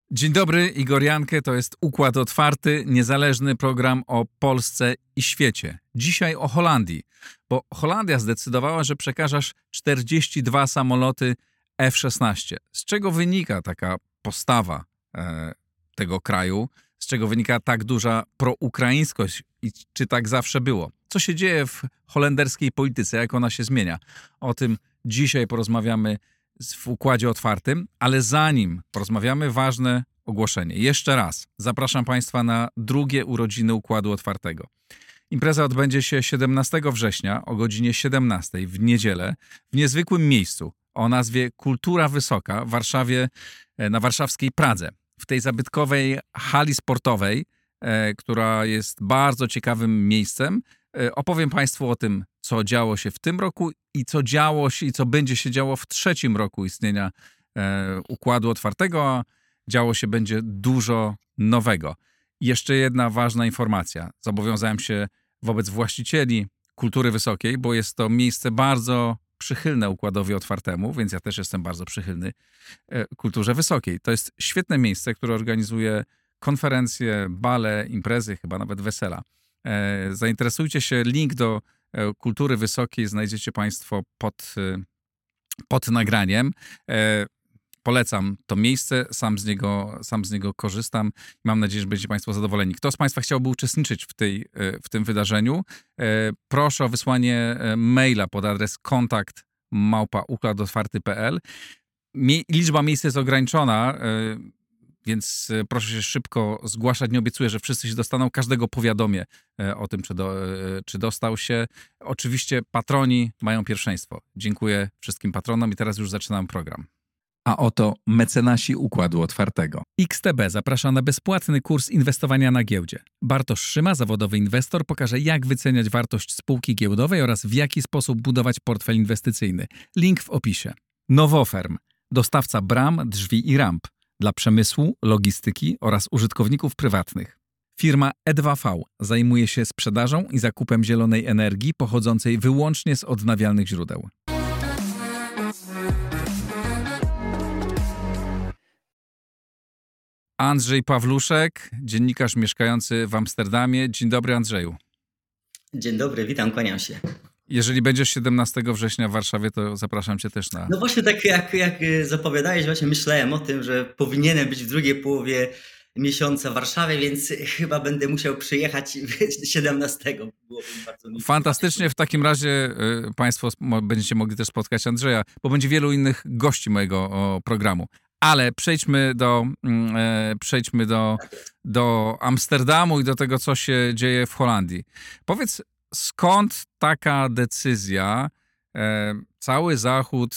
Dzień dobry, Igor Jankę, to jest Układ Otwarty, niezależny program o Polsce i świecie. Dzisiaj o Holandii, bo Holandia zdecydowała, że przekażesz 42 samoloty F-16. Z czego wynika taka postawa tego kraju? Z czego wynika tak duża proukraińskość i czy tak zawsze było? Co się dzieje w holenderskiej polityce, jak ona się zmienia? O tym dzisiaj porozmawiamy w Układzie Otwartym, ale zanim porozmawiamy, ważne ogłoszenie. Jeszcze raz zapraszam Państwa na drugie urodziny Układu Otwartego. Impreza odbędzie się 17 września o godzinie 17 w niedzielę w niezwykłym miejscu o nazwie Kultura Wysoka w Warszawie, na warszawskiej Pradze. W tej zabytkowej hali sportowej, która jest bardzo ciekawym miejscem, opowiem Państwu o tym, co działo się w tym roku i co działo się i co będzie się działo w trzecim roku istnienia Układu Otwartego, a działo się będzie dużo nowego. I jeszcze jedna ważna informacja. Zobowiązałem się wobec właścicieli Kultury Wysokiej, bo jest to miejsce bardzo przychylne Układowi Otwartemu, więc ja też jestem bardzo przychylny Kulturze Wysokiej. To jest świetne miejsce, które organizuje konferencje, bale, imprezy, chyba nawet wesela. Zainteresujcie się, link do Kultury Wysokiej znajdziecie Państwo pod nagraniem. Polecam to miejsce, sam z niego korzystam. Mam nadzieję, że będziecie Państwo zadowoleni. Kto z Państwa chciałby uczestniczyć w tym wydarzeniu, proszę o wysłanie maila pod adres kontakt@układotwarty.pl. Liczba miejsc jest ograniczona, więc proszę się szybko zgłaszać. Nie obiecuję, że wszyscy się dostaną. Każdego powiadomię o tym, czy dostał się. Oczywiście patroni mają pierwszeństwo. Dziękuję wszystkim patronom i teraz już zaczynam program. A oto mecenasi Układu Otwartego. XTB zaprasza na bezpłatny kurs inwestowania na giełdzie. Bartosz Szyma, zawodowy inwestor, pokaże, jak wyceniać wartość spółki giełdowej oraz w jaki sposób budować portfel inwestycyjny. Link w opisie. Nowoferm, dostawca bram, drzwi i ramp dla przemysłu, logistyki oraz użytkowników prywatnych. Firma E2V zajmuje się sprzedażą i zakupem zielonej energii pochodzącej wyłącznie z odnawialnych źródeł. Andrzej Pawluszek, dziennikarz mieszkający w Amsterdamie. Dzień dobry, Andrzeju. Dzień dobry, witam, kłaniam się. Jeżeli będziesz 17 września w Warszawie, to zapraszam cię też na... No właśnie tak jak zapowiadałeś, właśnie myślałem o tym, że powinienem być w drugiej połowie miesiąca w Warszawie, więc chyba będę musiał przyjechać 17. Byłoby bardzo miło. Fantastycznie, w takim razie Państwo będziecie mogli też spotkać Andrzeja, bo będzie wielu innych gości mojego programu. Ale przejdźmy do Amsterdamu i do tego, co się dzieje w Holandii. Powiedz, skąd taka decyzja? Cały Zachód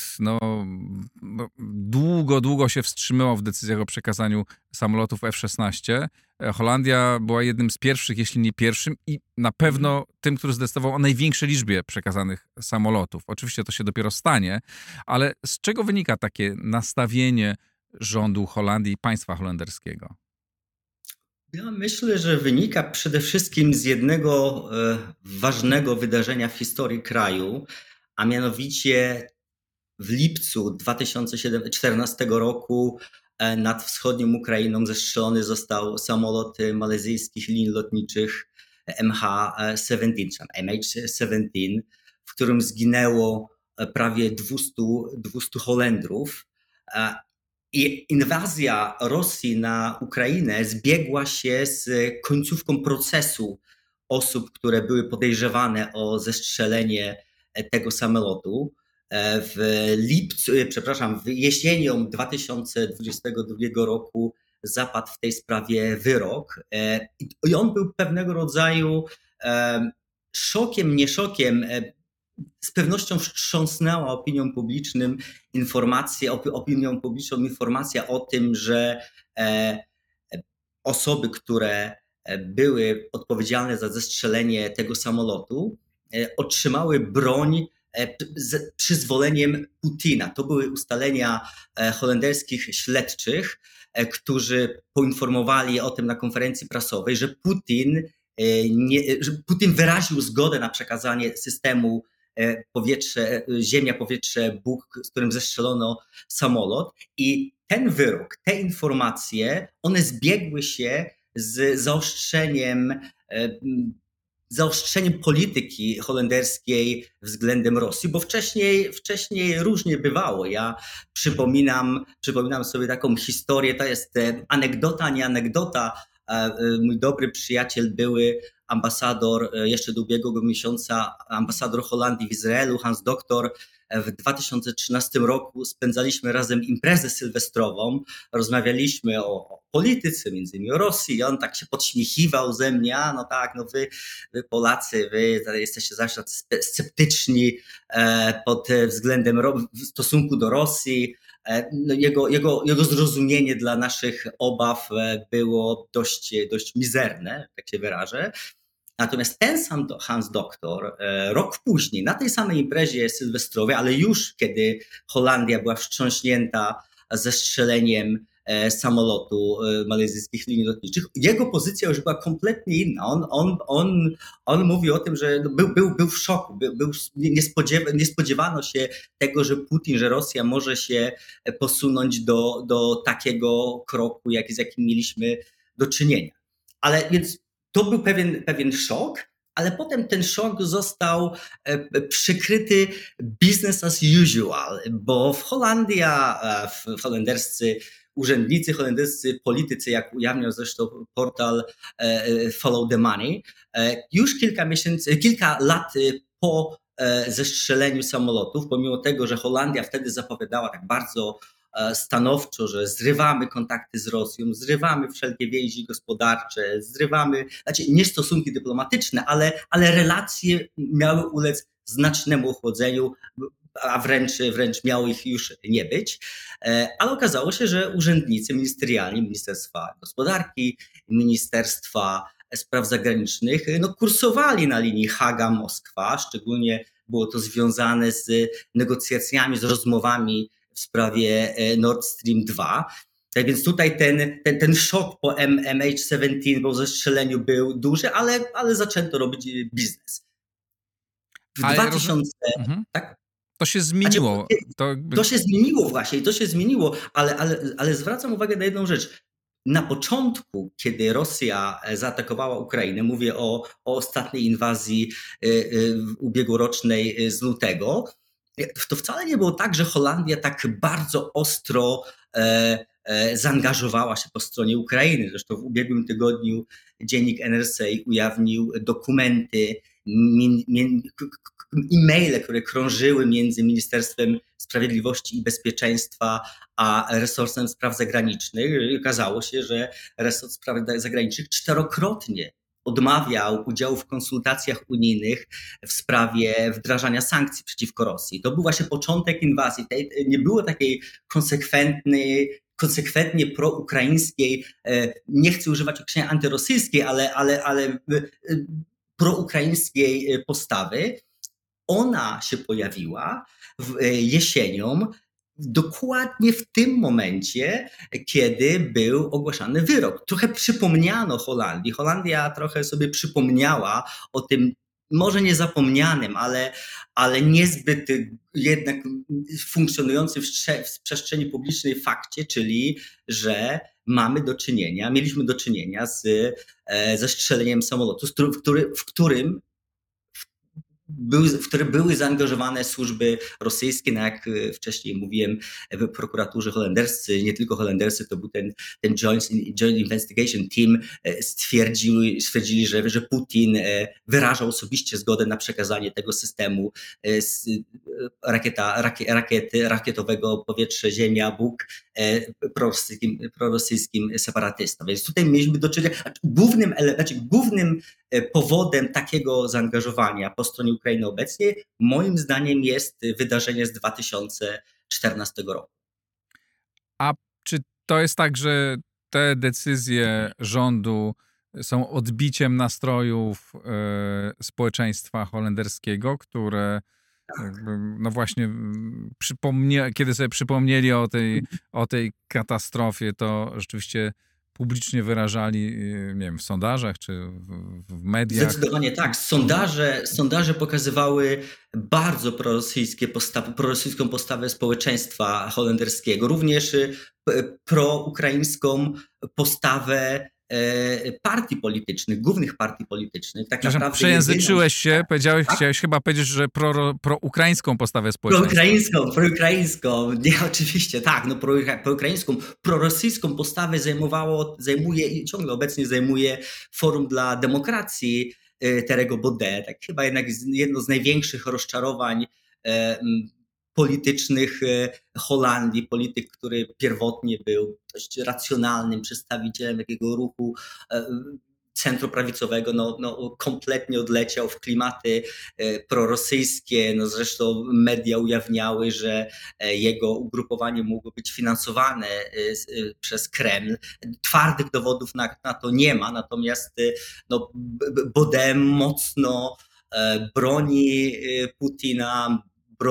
długo się wstrzymywał w decyzjach o przekazaniu samolotów F-16. Holandia była jednym z pierwszych, jeśli nie pierwszym i na pewno tym, który zdecydował o największej liczbie przekazanych samolotów. Oczywiście to się dopiero stanie, ale z czego wynika takie nastawienie rządu Holandii i państwa holenderskiego? Ja myślę, że wynika przede wszystkim z jednego ważnego wydarzenia w historii kraju, a mianowicie w lipcu 2014 roku nad wschodnią Ukrainą zestrzelony został samolot malezyjskich linii lotniczych MH17, czy MH17, w którym zginęło prawie 200 Holendrów. I inwazja Rosji na Ukrainę zbiegła się z końcówką procesu osób, które były podejrzewane o zestrzelenie tego samolotu. Jesienią 2022 roku zapadł w tej sprawie wyrok i on był pewnego rodzaju szokiem, nie szokiem. Z pewnością wstrząsnęła opinią publiczną informacja o tym, że osoby, które były odpowiedzialne za zestrzelenie tego samolotu, otrzymały broń z przyzwoleniem Putina. To były ustalenia holenderskich śledczych, którzy poinformowali o tym na konferencji prasowej, że Putin wyraził zgodę na przekazanie systemu powietrze, ziemia, powietrze, Bóg, z którym zestrzelono samolot. I ten wyrok, te informacje, one zbiegły się z zaostrzeniem polityki holenderskiej względem Rosji, bo wcześniej różnie bywało. Ja przypominam sobie taką historię, to jest anegdota, nie anegdota. Mój dobry przyjaciel, były ambasador, jeszcze do ubiegłego miesiąca, ambasador Holandii w Izraelu, Hans Doktor, w 2013 roku spędzaliśmy razem imprezę sylwestrową, rozmawialiśmy o polityce, między innymi o Rosji, i on tak się podśmiechiwał ze mnie, no tak, no wy Polacy, wy jesteście zawsze sceptyczni pod względem w stosunku do Rosji. No jego zrozumienie dla naszych obaw było dość mizerne, tak się wyrażę. Natomiast ten sam Hans Doktor rok później, na tej samej imprezie sylwestrowej, ale już kiedy Holandia była wstrząśnięta zestrzeleniem samolotu malezyjskich linii lotniczych, jego pozycja już była kompletnie inna. On mówi o tym, że był w szoku, nie spodziewano się tego, że Putin, że Rosja może się posunąć do takiego kroku, z jakim mieliśmy do czynienia. Ale więc to był pewien szok, ale potem ten szok został przykryty business as usual, bo holenderscy urzędnicy, holenderscy politycy, jak ujawniał zresztą portal Follow the Money, już kilka lat po zestrzeleniu samolotów, pomimo tego, że Holandia wtedy zapowiadała tak bardzo stanowczo, że zrywamy kontakty z Rosją, zrywamy wszelkie więzi gospodarcze, znaczy nie stosunki dyplomatyczne, ale relacje miały ulec znacznemu ochłodzeniu, a wręcz miało ich już nie być. Ale okazało się, że urzędnicy ministerialni, Ministerstwa Gospodarki, Ministerstwa Spraw Zagranicznych, kursowali na linii Haga-Moskwa, szczególnie było to związane z negocjacjami, z rozmowami w sprawie Nord Stream 2. Tak więc tutaj ten szok po MH17, po zestrzeleniu był duży, ale zaczęto robić biznes. W 2000... Tak? To się zmieniło. To się zmieniło właśnie, ale zwracam uwagę na jedną rzecz. Na początku, kiedy Rosja zaatakowała Ukrainę, mówię o ostatniej inwazji ubiegłorocznej z lutego, to wcale nie było tak, że Holandia tak bardzo ostro zaangażowała się po stronie Ukrainy. Zresztą w ubiegłym tygodniu dziennik NRC ujawnił dokumenty, e-maile, które krążyły między Ministerstwem Sprawiedliwości i Bezpieczeństwa a resortem spraw zagranicznych. I okazało się, że resort spraw zagranicznych 4-krotnie odmawiał udziału w konsultacjach unijnych w sprawie wdrażania sankcji przeciwko Rosji. To był właśnie początek inwazji. Nie było takiej konsekwentnie proukraińskiej, nie chcę używać określenia antyrosyjskiej, ale proukraińskiej postawy. Ona się pojawiła jesienią, dokładnie w tym momencie, kiedy był ogłaszany wyrok. Trochę przypomniano Holandii. Holandia trochę sobie przypomniała o tym, może niezapomnianym, ale niezbyt jednak funkcjonującym w przestrzeni publicznej fakcie, czyli że mieliśmy do czynienia z zestrzeleniem samolotu, w którym były zaangażowane służby rosyjskie, jak wcześniej mówiłem, w prokuraturze holenderscy, nie tylko holenderscy, to był ten Joint Investigation Team, stwierdzili, że Putin wyrażał osobiście zgodę na przekazanie tego systemu rakietowego powietrze-ziemia Bóg prorosyjskim separatystom. Więc tutaj mieliśmy do czynienia, głównym powodem takiego zaangażowania po stronie Ukrainy obecnie, moim zdaniem, jest wydarzenie z 2014 roku. A czy to jest tak, że te decyzje rządu są odbiciem nastrojów społeczeństwa holenderskiego, które no właśnie kiedy sobie przypomnieli o tej katastrofie, to rzeczywiście publicznie wyrażali, nie wiem, w sondażach czy w mediach. Zdecydowanie tak. Sondaże pokazywały bardzo prorosyjską postawę społeczeństwa holenderskiego, również proukraińską postawę partii politycznych, głównych partii politycznych. Tak naprawdę przejęzyczyłeś się, tak? chciałeś chyba powiedzieć, że proukraińską postawę społeczeństwa. Proukraińską, nie, oczywiście, tak, no proukraińską, prorosyjską postawę zajmuje i ciągle obecnie zajmuje Forum dla Demokracji Terry'ego Baudet, tak chyba jednak jedno z największych rozczarowań politycznych Holandii, polityk, który pierwotnie był dość racjonalnym przedstawicielem takiego ruchu centroprawicowego, kompletnie odleciał w klimaty prorosyjskie. No zresztą media ujawniały, że jego ugrupowanie mogło być finansowane przez Kreml. Twardych dowodów na to nie ma, natomiast Baudet mocno broni Putina,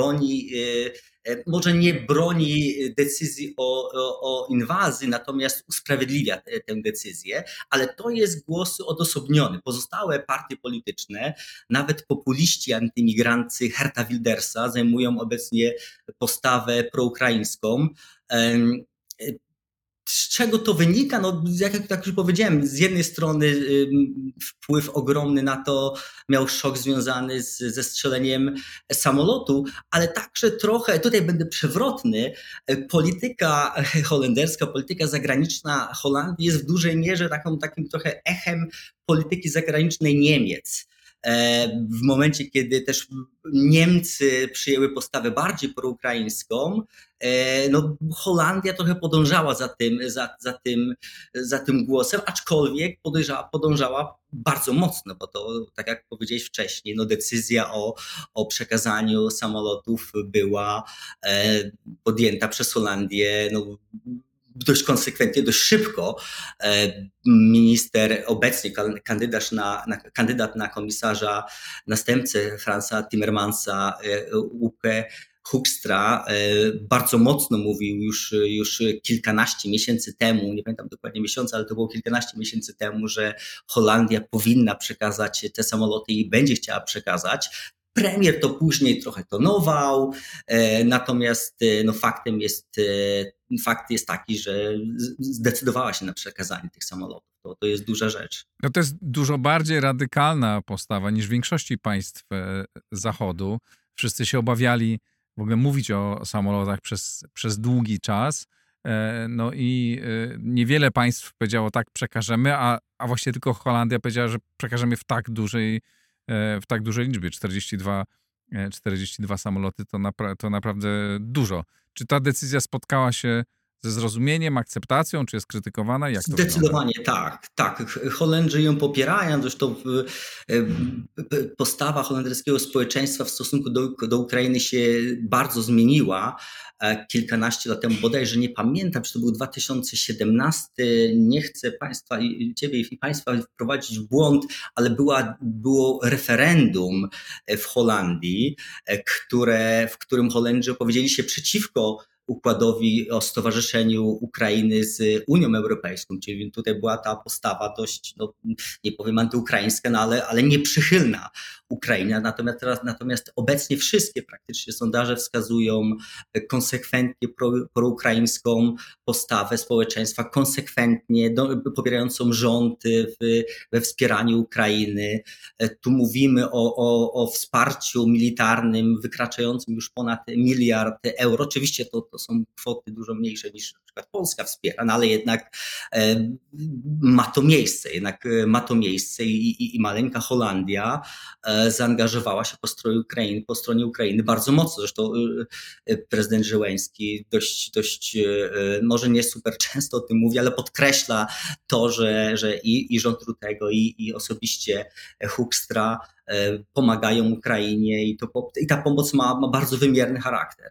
może nie broni decyzji o inwazji, natomiast usprawiedliwia tę decyzję, ale to jest głos odosobniony. Pozostałe partie polityczne, nawet populiści antyimigrancy Geerta Wildersa zajmują obecnie postawę proukraińską. Z czego to wynika? No, jak już powiedziałem, z jednej strony wpływ ogromny na to miał szok związany ze strzeleniem samolotu, ale także trochę, tutaj będę przewrotny, polityka holenderska, polityka zagraniczna Holandii jest w dużej mierze takim trochę echem polityki zagranicznej Niemiec. W momencie, kiedy też Niemcy przyjęły postawę bardziej proukraińską, Holandia trochę podążała za tym głosem, aczkolwiek podążała bardzo mocno, bo to, tak jak powiedziałeś wcześniej, decyzja o przekazaniu samolotów była podjęta przez Holandię dość konsekwentnie, dość szybko. Minister, obecnie kandydat na komisarza, następcę Fransa Timmermansa, Wopke Hoekstra, bardzo mocno mówił już kilkanaście miesięcy temu, nie pamiętam dokładnie miesiąca, ale to było kilkanaście miesięcy temu, że Holandia powinna przekazać te samoloty i będzie chciała przekazać. Premier to później trochę tonował, natomiast fakt jest taki, że zdecydowała się na przekazanie tych samolotów. To jest duża rzecz. No to jest dużo bardziej radykalna postawa niż w większości państw Zachodu. Wszyscy się obawiali w ogóle mówić o samolotach przez długi czas. No i niewiele państw powiedziało tak, przekażemy, a właściwie tylko Holandia powiedziała, że przekażemy w tak dużej liczbie. 42 samoloty to naprawdę dużo. Czy ta decyzja spotkała się ze zrozumieniem, akceptacją, czy jest krytykowana? Jak to Zdecydowanie tak. Holendrzy ją popierają, zresztą postawa holenderskiego społeczeństwa w stosunku do Ukrainy się bardzo zmieniła. Kilkanaście lat temu, bodajże nie pamiętam, czy to był 2017, nie chcę ciebie i państwa wprowadzić w błąd, ale było referendum w Holandii, w którym Holendrzy opowiedzieli się przeciwko układowi o stowarzyszeniu Ukrainy z Unią Europejską, czyli tutaj była ta postawa dość, nie powiem antyukraińska, ale nieprzychylna Ukrainie. Natomiast obecnie wszystkie praktycznie sondaże wskazują konsekwentnie proukraińską postawę społeczeństwa, konsekwentnie popierającą rząd we wspieraniu Ukrainy. Tu mówimy o wsparciu militarnym wykraczającym już ponad 1 miliard euro. Oczywiście to są kwoty dużo mniejsze niż na przykład Polska wspiera, ale jednak ma to miejsce i maleńka Holandia zaangażowała się po stronie Ukrainy bardzo mocno. Zresztą prezydent Zełenski dość może nie super często o tym mówi, ale podkreśla to, że i rząd Rutego, i osobiście Hoekstra pomagają Ukrainie i ta pomoc ma bardzo wymierny charakter.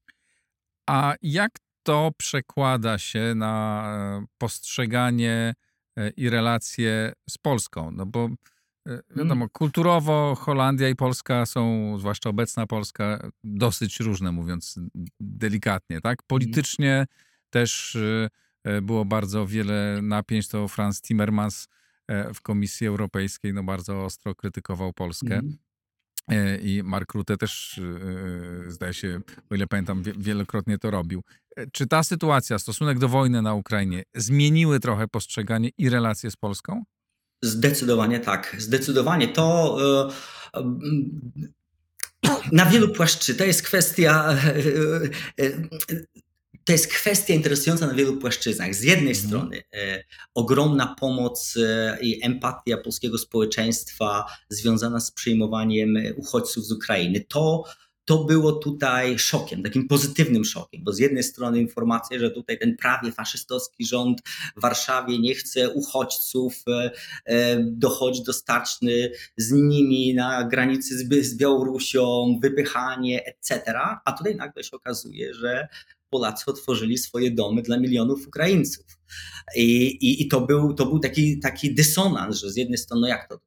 A jak to przekłada się na postrzeganie i relacje z Polską? No bo wiadomo, kulturowo Holandia i Polska są, zwłaszcza obecna Polska, dosyć różne, mówiąc delikatnie, tak? Politycznie też było bardzo wiele napięć, to Frans Timmermans w Komisji Europejskiej bardzo ostro krytykował Polskę. I Mark Rutte też, zdaje się, o ile pamiętam, wielokrotnie to robił. Czy ta sytuacja, stosunek do wojny na Ukrainie zmieniły trochę postrzeganie i relacje z Polską? Zdecydowanie tak. Zdecydowanie. To na wielu płaszczyznach. To jest kwestia interesująca na wielu płaszczyznach. Z jednej strony ogromna pomoc i empatia polskiego społeczeństwa związana z przyjmowaniem uchodźców z Ukrainy. To było tutaj szokiem, takim pozytywnym szokiem, bo z jednej strony informacja, że tutaj ten prawie faszystowski rząd w Warszawie nie chce uchodźców, dochodzi do starć z nimi na granicy z Białorusią, wypychanie, etc. A tutaj nagle się okazuje, że Polacy otworzyli swoje domy dla milionów Ukraińców. I to był taki dysonans, że z jednej strony, no jak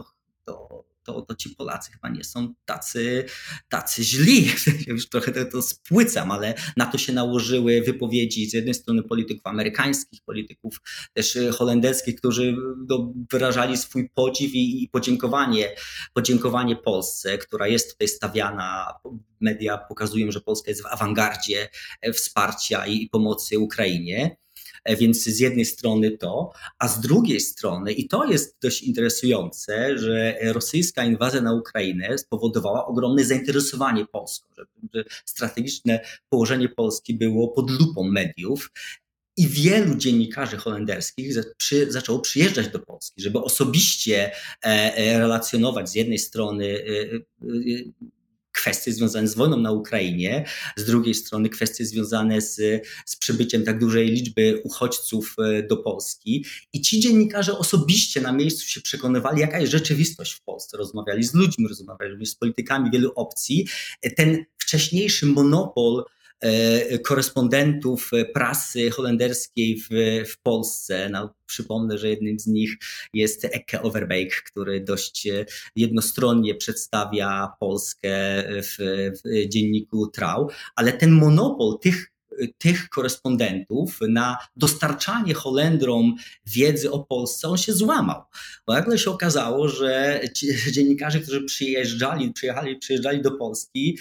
to ci Polacy chyba nie są tacy źli. Już trochę to spłycam, ale na to się nałożyły wypowiedzi z jednej strony polityków amerykańskich, polityków też holenderskich, którzy wyrażali swój podziw i podziękowanie Polsce, która jest tutaj stawiana. Media pokazują, że Polska jest w awangardzie wsparcia i pomocy Ukrainie. Więc z jednej strony to, a z drugiej strony, i to jest dość interesujące, że rosyjska inwazja na Ukrainę spowodowała ogromne zainteresowanie Polską, że strategiczne położenie Polski było pod lupą mediów. I wielu dziennikarzy holenderskich zaczęło przyjeżdżać do Polski, żeby osobiście relacjonować z jednej strony kwestie związane z wojną na Ukrainie, z drugiej strony kwestie związane z przybyciem tak dużej liczby uchodźców do Polski. I ci dziennikarze osobiście na miejscu się przekonywali, jaka jest rzeczywistość w Polsce. Rozmawiali z ludźmi, rozmawiali z politykami wielu opcji. Ten wcześniejszy monopol korespondentów prasy holenderskiej w Polsce. Przypomnę, że jednym z nich jest Eke Overbeek, który dość jednostronnie przedstawia Polskę w dzienniku Trouw, ale ten monopol tych korespondentów na dostarczanie Holendrom wiedzy o Polsce, on się złamał. Bo nagle się okazało, że ci dziennikarze, którzy przyjeżdżali do Polski,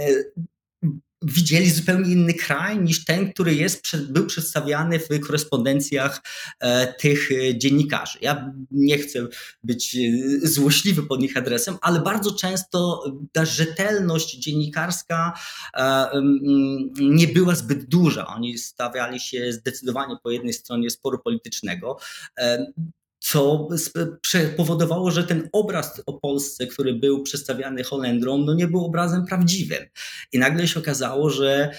widzieli zupełnie inny kraj niż ten, który był przedstawiany w korespondencjach tych dziennikarzy. Ja nie chcę być złośliwy pod ich adresem, ale bardzo często ta rzetelność dziennikarska nie była zbyt duża. Oni stawiali się zdecydowanie po jednej stronie sporu politycznego, co powodowało, że ten obraz o Polsce, który był przedstawiany Holendrom, nie był obrazem prawdziwym. I nagle się okazało, że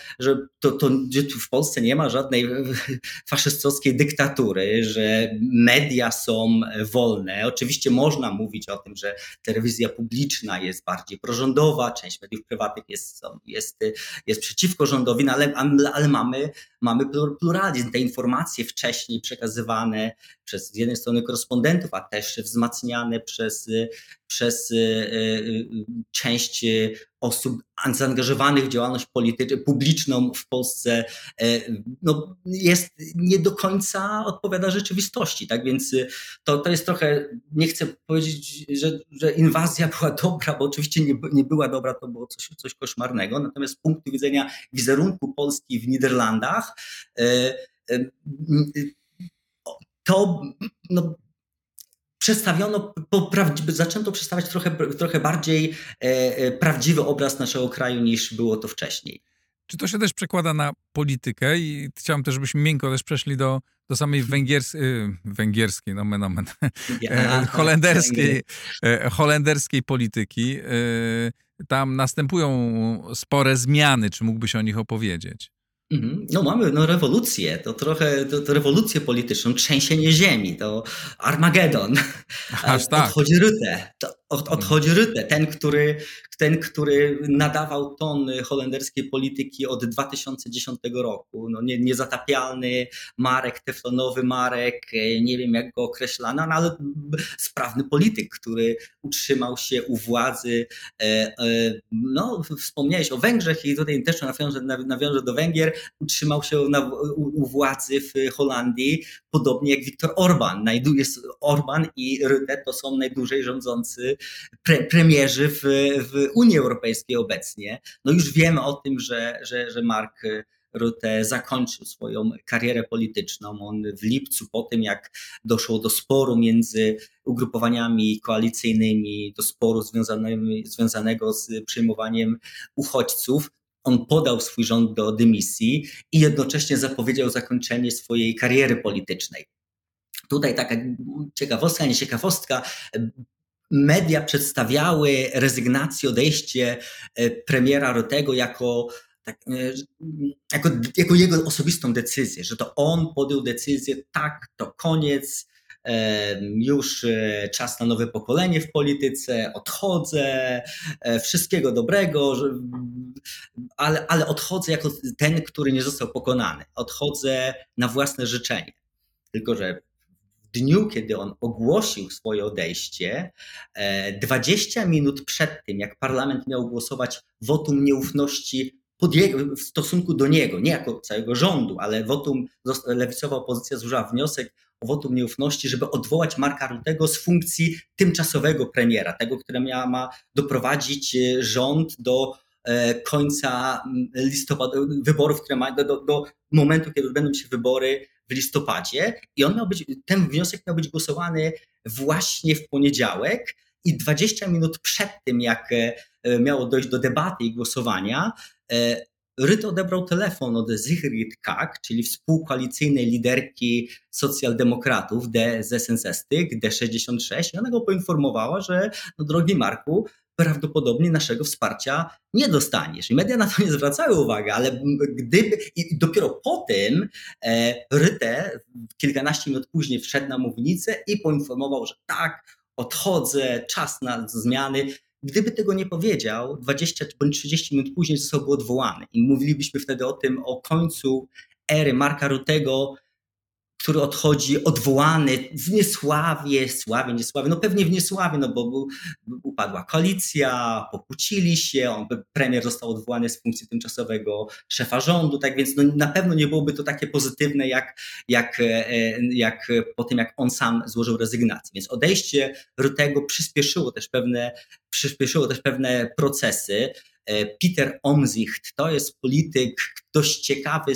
w Polsce nie ma żadnej faszystowskiej dyktatury, że media są wolne. Oczywiście można mówić o tym, że telewizja publiczna jest bardziej prorządowa, część mediów prywatnych jest przeciwko rządowi, ale mamy pluralizm. Te informacje wcześniej przekazywane przez z jednej strony korespondentów, a też wzmacniane przez część osób zaangażowawanych w działalność publiczną w Polsce jest nie do końca odpowiada rzeczywistości. Tak więc to jest trochę, nie chcę powiedzieć, że inwazja była dobra, bo oczywiście nie była dobra, to było coś koszmarnego. Natomiast z punktu widzenia wizerunku Polski w Niderlandach to przedstawiono, zaczęto przedstawiać trochę bardziej prawdziwy obraz naszego kraju niż było to wcześniej. Czy to się też przekłada na politykę? I chciałem też, żebyśmy miękko też przeszli do samej węgierskiej, holenderskiej polityki. Tam następują spore zmiany. Czy mógłbyś o nich opowiedzieć? Mamy rewolucję, to rewolucję polityczną, trzęsienie ziemi, to Armagedon. Aż tak. Odchodzi Rutte. Odchodzi Rutte, ten, który nadawał ton holenderskiej polityki od 2010 roku. No niezatapialny Marek, teflonowy Marek, nie wiem jak go określano, no ale sprawny polityk, który utrzymał się u władzy. No, wspomniałeś o Węgrzech i tutaj też nawiążę do Węgier. Utrzymał się u władzy w Holandii, podobnie jak Viktor Orban. Orban i Rutte to są najdłużej rządzący premierzy w Unii Europejskiej obecnie. No już wiemy o tym, że Mark Rutte zakończył swoją karierę polityczną. On w lipcu, po tym jak doszło do sporu między ugrupowaniami koalicyjnymi, do sporu związanego z przyjmowaniem uchodźców, on podał swój rząd do dymisji i jednocześnie zapowiedział zakończenie swojej kariery politycznej. Tutaj taka ciekawostka, nie ciekawostka, media przedstawiały rezygnację, odejście premiera Ruttego jako jego osobistą decyzję, że to on podjął decyzję, tak, to koniec, już czas na nowe pokolenie w polityce, odchodzę, wszystkiego dobrego, ale odchodzę jako ten, który nie został pokonany, odchodzę na własne życzenie. Tylko że w dniu, kiedy on ogłosił swoje odejście, 20 minut przed tym, jak parlament miał głosować wotum nieufności w stosunku do niego, nie jako całego rządu, ale lewicowa opozycja złożyła wniosek o wotum nieufności, żeby odwołać Marka Ruttego z funkcji tymczasowego premiera, tego, który ma doprowadzić rząd do końca listopada, wyborów, które ma do momentu, kiedy odbędą się wybory w listopadzie, i ten wniosek miał być głosowany właśnie w poniedziałek, i 20 minut przed tym, jak miało dojść do debaty i głosowania, Rutte odebrał telefon od Sigrid Kaag, czyli współkoalicyjnej liderki socjaldemokratów D66, D66, i ona go poinformowała, że no, drogi Marku, prawdopodobnie naszego wsparcia nie dostaniesz. I media na to nie zwracały uwagi, ale i dopiero po tym Rutte kilkanaście minut później wszedł na mównicę i poinformował, że tak, odchodzę, czas na zmiany. Gdyby tego nie powiedział, 20 bądź 30 minut później zostałby odwołany. I mówilibyśmy wtedy o końcu ery Marka Ruttego, który odchodzi odwołany w niesławie, no pewnie w niesławie, no bo upadła koalicja, pokłócili się, premier został odwołany z funkcji tymczasowego szefa rządu, tak więc no, na pewno nie byłoby to takie pozytywne, jak po tym, jak on sam złożył rezygnację. Więc odejście Ruttego przyspieszyło też pewne procesy. Peter Omtzigt to jest polityk dość ciekawy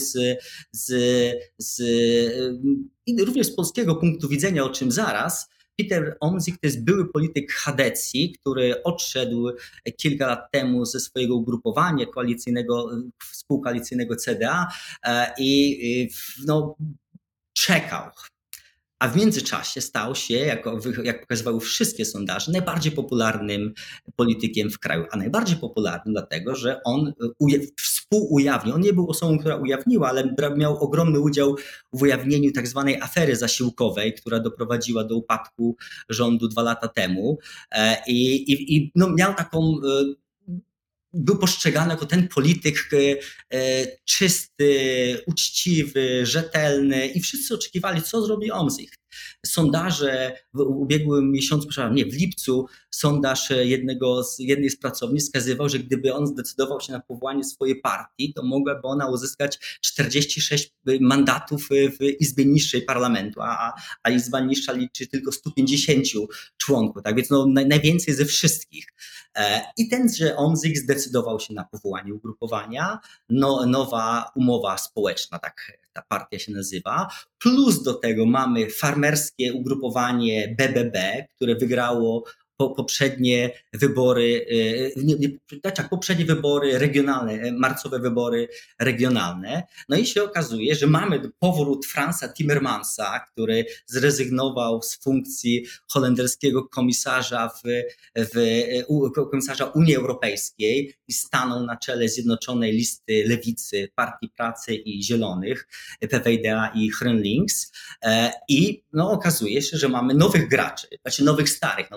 i również z polskiego punktu widzenia, o czym zaraz. Peter Omtzigt to jest były polityk Chadecji, który odszedł kilka lat temu ze swojego ugrupowania współkoalicyjnego CDA i no, czekał. A w międzyczasie stał się, jak pokazywały wszystkie sondaże, najbardziej popularnym politykiem w kraju. A najbardziej popularnym dlatego, że on współujawnił. On nie był osobą, która ujawniła, ale miał ogromny udział w ujawnieniu tak zwanej afery zasiłkowej, która doprowadziła do upadku rządu 2 lata temu. I no, miał taką... Był postrzegany jako ten polityk czysty, uczciwy, rzetelny, i wszyscy oczekiwali, co zrobi Omtzigt. Sondaże w ubiegłym miesiącu, w lipcu, sondaż jednej z pracownic wskazywał, że gdyby on zdecydował się na powołanie swojej partii, to mogłaby ona uzyskać 46 mandatów w Izbie Niższej Parlamentu, a Izba Niższa liczy tylko 150 członków, tak więc no, najwięcej ze wszystkich. I tenże Omtzigt zdecydował się na powołanie ugrupowania, nowa umowa społeczna, tak ta partia się nazywa. Plus do tego mamy farmerskie ugrupowanie BBB, które wygrało poprzednie wybory, poprzednie wybory regionalne, marcowe wybory regionalne. No i się okazuje, że mamy powrót Fransa Timmermansa, który zrezygnował z funkcji holenderskiego komisarza komisarza Unii Europejskiej i stanął na czele Zjednoczonej Listy Lewicy, Partii Pracy i Zielonych, PVDA i GroenLinks. I no, okazuje się, że mamy nowych graczy, znaczy nowych starych. No,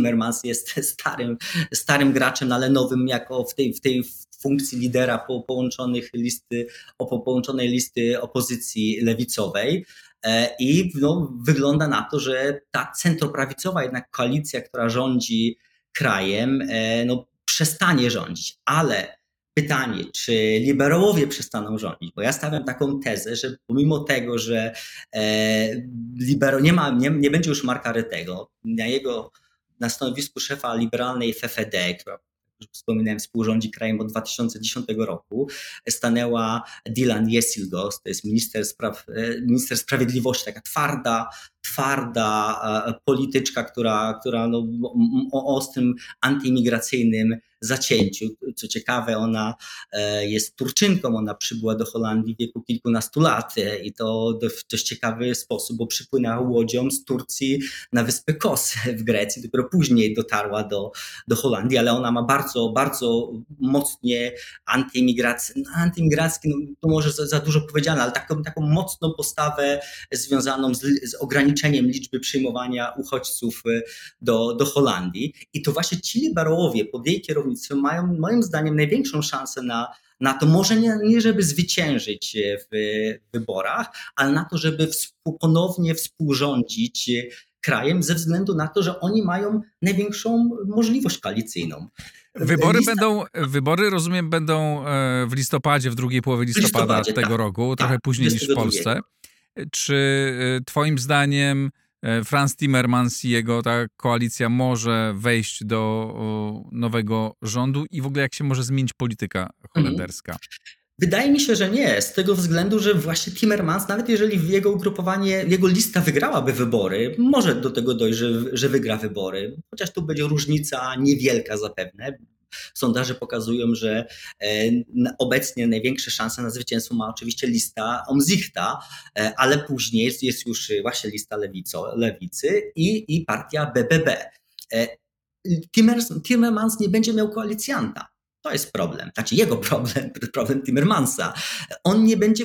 Timmermans jest starym graczem, ale nowym jako w tej funkcji lidera połączonej listy opozycji lewicowej. I wygląda na to, że ta centroprawicowa jednak koalicja, która rządzi krajem, przestanie rządzić. Ale pytanie, czy liberałowie przestaną rządzić? Bo ja stawiam taką tezę, że pomimo tego, że nie będzie już Marka Rüttego, na stanowisku szefa liberalnej FFD, która, jak już wspominałem, współrządzi krajem od 2010 roku, stanęła Dilan Yesilgoz, to jest minister sprawiedliwości, taka twarda polityczka, która o ostrym antyimigracyjnym zacięciu. Co ciekawe, ona jest Turczynką, ona przybyła do Holandii w wieku kilkunastu lat i to w dość ciekawy sposób, bo przypłynęła łodzią z Turcji na wyspę Kos w Grecji, dopiero później dotarła do Holandii, ale ona ma bardzo, bardzo mocnie antyimigracki, to może za dużo powiedziane, ale taką mocną postawę związaną z ograniczeniem liczby przyjmowania uchodźców do Holandii. I to właśnie ci liberałowie pod jej kierownictwem mają moim zdaniem największą szansę na to, może nie żeby zwyciężyć w wyborach, ale na to, żeby ponownie współrządzić krajem ze względu na to, że oni mają największą możliwość koalicyjną. Wybory, rozumiem, będą w listopadzie, w drugiej połowie listopada tego roku, trochę później niż w Polsce. Czy twoim zdaniem Frans Timmermans i jego ta koalicja może wejść do nowego rządu i w ogóle jak się może zmienić polityka holenderska? Wydaje mi się, że nie, z tego względu, że właśnie Timmermans, nawet jeżeli jego ugrupowanie, jego lista wygrałaby wybory, może do tego dojść, że wygra wybory, chociaż tu będzie różnica niewielka zapewne. Sondaże pokazują, że obecnie największe szanse na zwycięstwo ma oczywiście lista Omtzigta, ale później jest już właśnie lista lewicy i partia BBB. Timmermans nie będzie miał koalicjanta. To jest problem, znaczy jego problem Timmermansa. On nie będzie,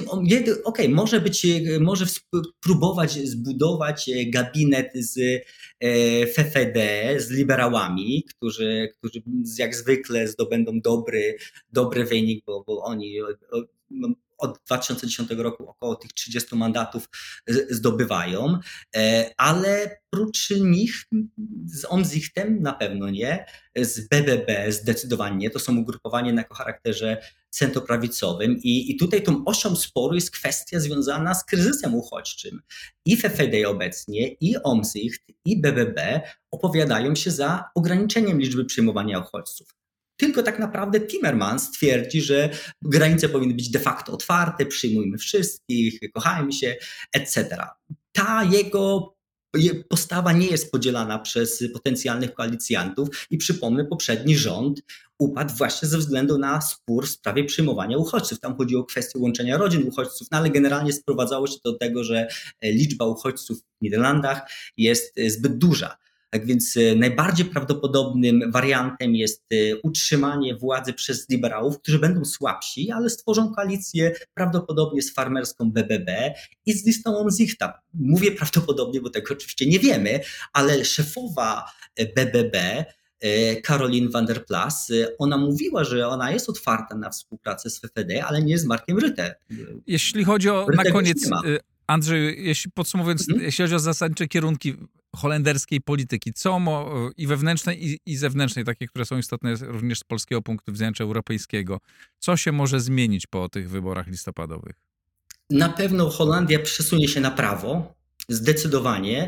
może próbować zbudować gabinet z FFD, z liberałami, którzy jak zwykle zdobędą dobry wynik, bo oni od 2010 roku około tych 30 mandatów zdobywają, ale prócz nich z Omtzigtem na pewno nie, z BBB zdecydowanie nie. To są ugrupowania o charakterze centroprawicowym i tutaj tą osią sporu jest kwestia związana z kryzysem uchodźczym. I FFD obecnie, i Omtzicht, i BBB opowiadają się za ograniczeniem liczby przyjmowania uchodźców. Tylko tak naprawdę Timmermans twierdzi, że granice powinny być de facto otwarte, przyjmujmy wszystkich, kochajmy się, etc. Ta jego postawa nie jest podzielana przez potencjalnych koalicjantów i przypomnę, poprzedni rząd upadł właśnie ze względu na spór w sprawie przyjmowania uchodźców. Tam chodziło o kwestię łączenia rodzin uchodźców, ale generalnie sprowadzało się do tego, że liczba uchodźców w Niderlandach jest zbyt duża. Tak więc najbardziej prawdopodobnym wariantem jest utrzymanie władzy przez liberałów, którzy będą słabsi, ale stworzą koalicję prawdopodobnie z farmerską BBB i z listą Omtzigta. Mówię prawdopodobnie, bo tego oczywiście nie wiemy, ale szefowa BBB, Caroline van der Plas, ona mówiła, że ona jest otwarta na współpracę z FFD, ale nie z Markiem Rutte. Jeśli chodzi o, na koniec, Andrzej, podsumowując, jeśli chodzi o zasadnicze kierunki holenderskiej polityki, co i wewnętrznej, i zewnętrznej, takie, które są istotne również z polskiego punktu widzenia czy europejskiego, co się może zmienić po tych wyborach listopadowych? Na pewno Holandia przesunie się na prawo, zdecydowanie.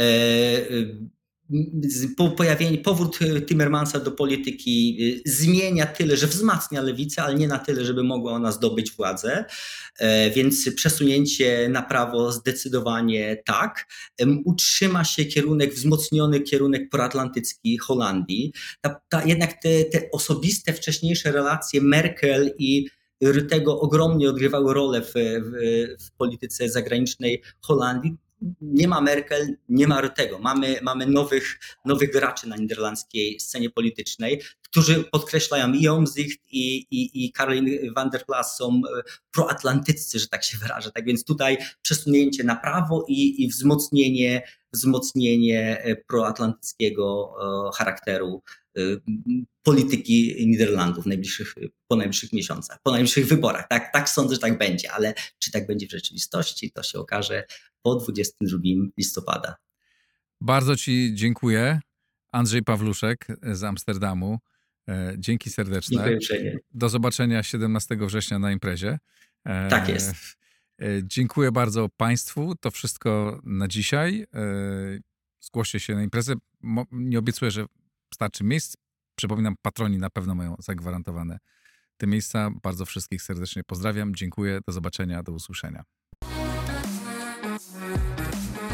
Powrót Timmermansa do polityki zmienia tyle, że wzmacnia lewicę, ale nie na tyle, żeby mogła ona zdobyć władzę, więc przesunięcie na prawo zdecydowanie tak. Utrzyma się wzmocniony kierunek proatlantycki Holandii. Jednak te osobiste, wcześniejsze relacje Merkel i Rüttego ogromnie odgrywały rolę w polityce zagranicznej Holandii. Nie ma Merkel, nie ma Rüttego. Mamy nowych graczy na niderlandzkiej scenie politycznej, którzy podkreślają i Omtzigt i Caroline van der Plas są proatlantyccy, że tak się wyrażę. Tak więc tutaj przesunięcie na prawo i wzmocnienie wzmocnienie proatlantyckiego charakteru polityki Niderlandów po najbliższych miesiącach, po najbliższych wyborach. Tak sądzę, że tak będzie, ale czy tak będzie w rzeczywistości, to się okaże po 22 listopada. Bardzo Ci dziękuję. Andrzej Pawluszek z Amsterdamu. Dzięki serdeczne. Dziękuję uprzejmie. Do zobaczenia 17 września na imprezie. Tak jest. Dziękuję bardzo Państwu. To wszystko na dzisiaj. Zgłoście się na imprezę. Nie obiecuję, że starczy miejsc. Przypominam, patroni na pewno mają zagwarantowane te miejsca. Bardzo wszystkich serdecznie pozdrawiam. Dziękuję. Do zobaczenia. Do usłyszenia.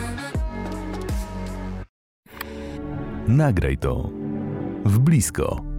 Nagraj to w blisko.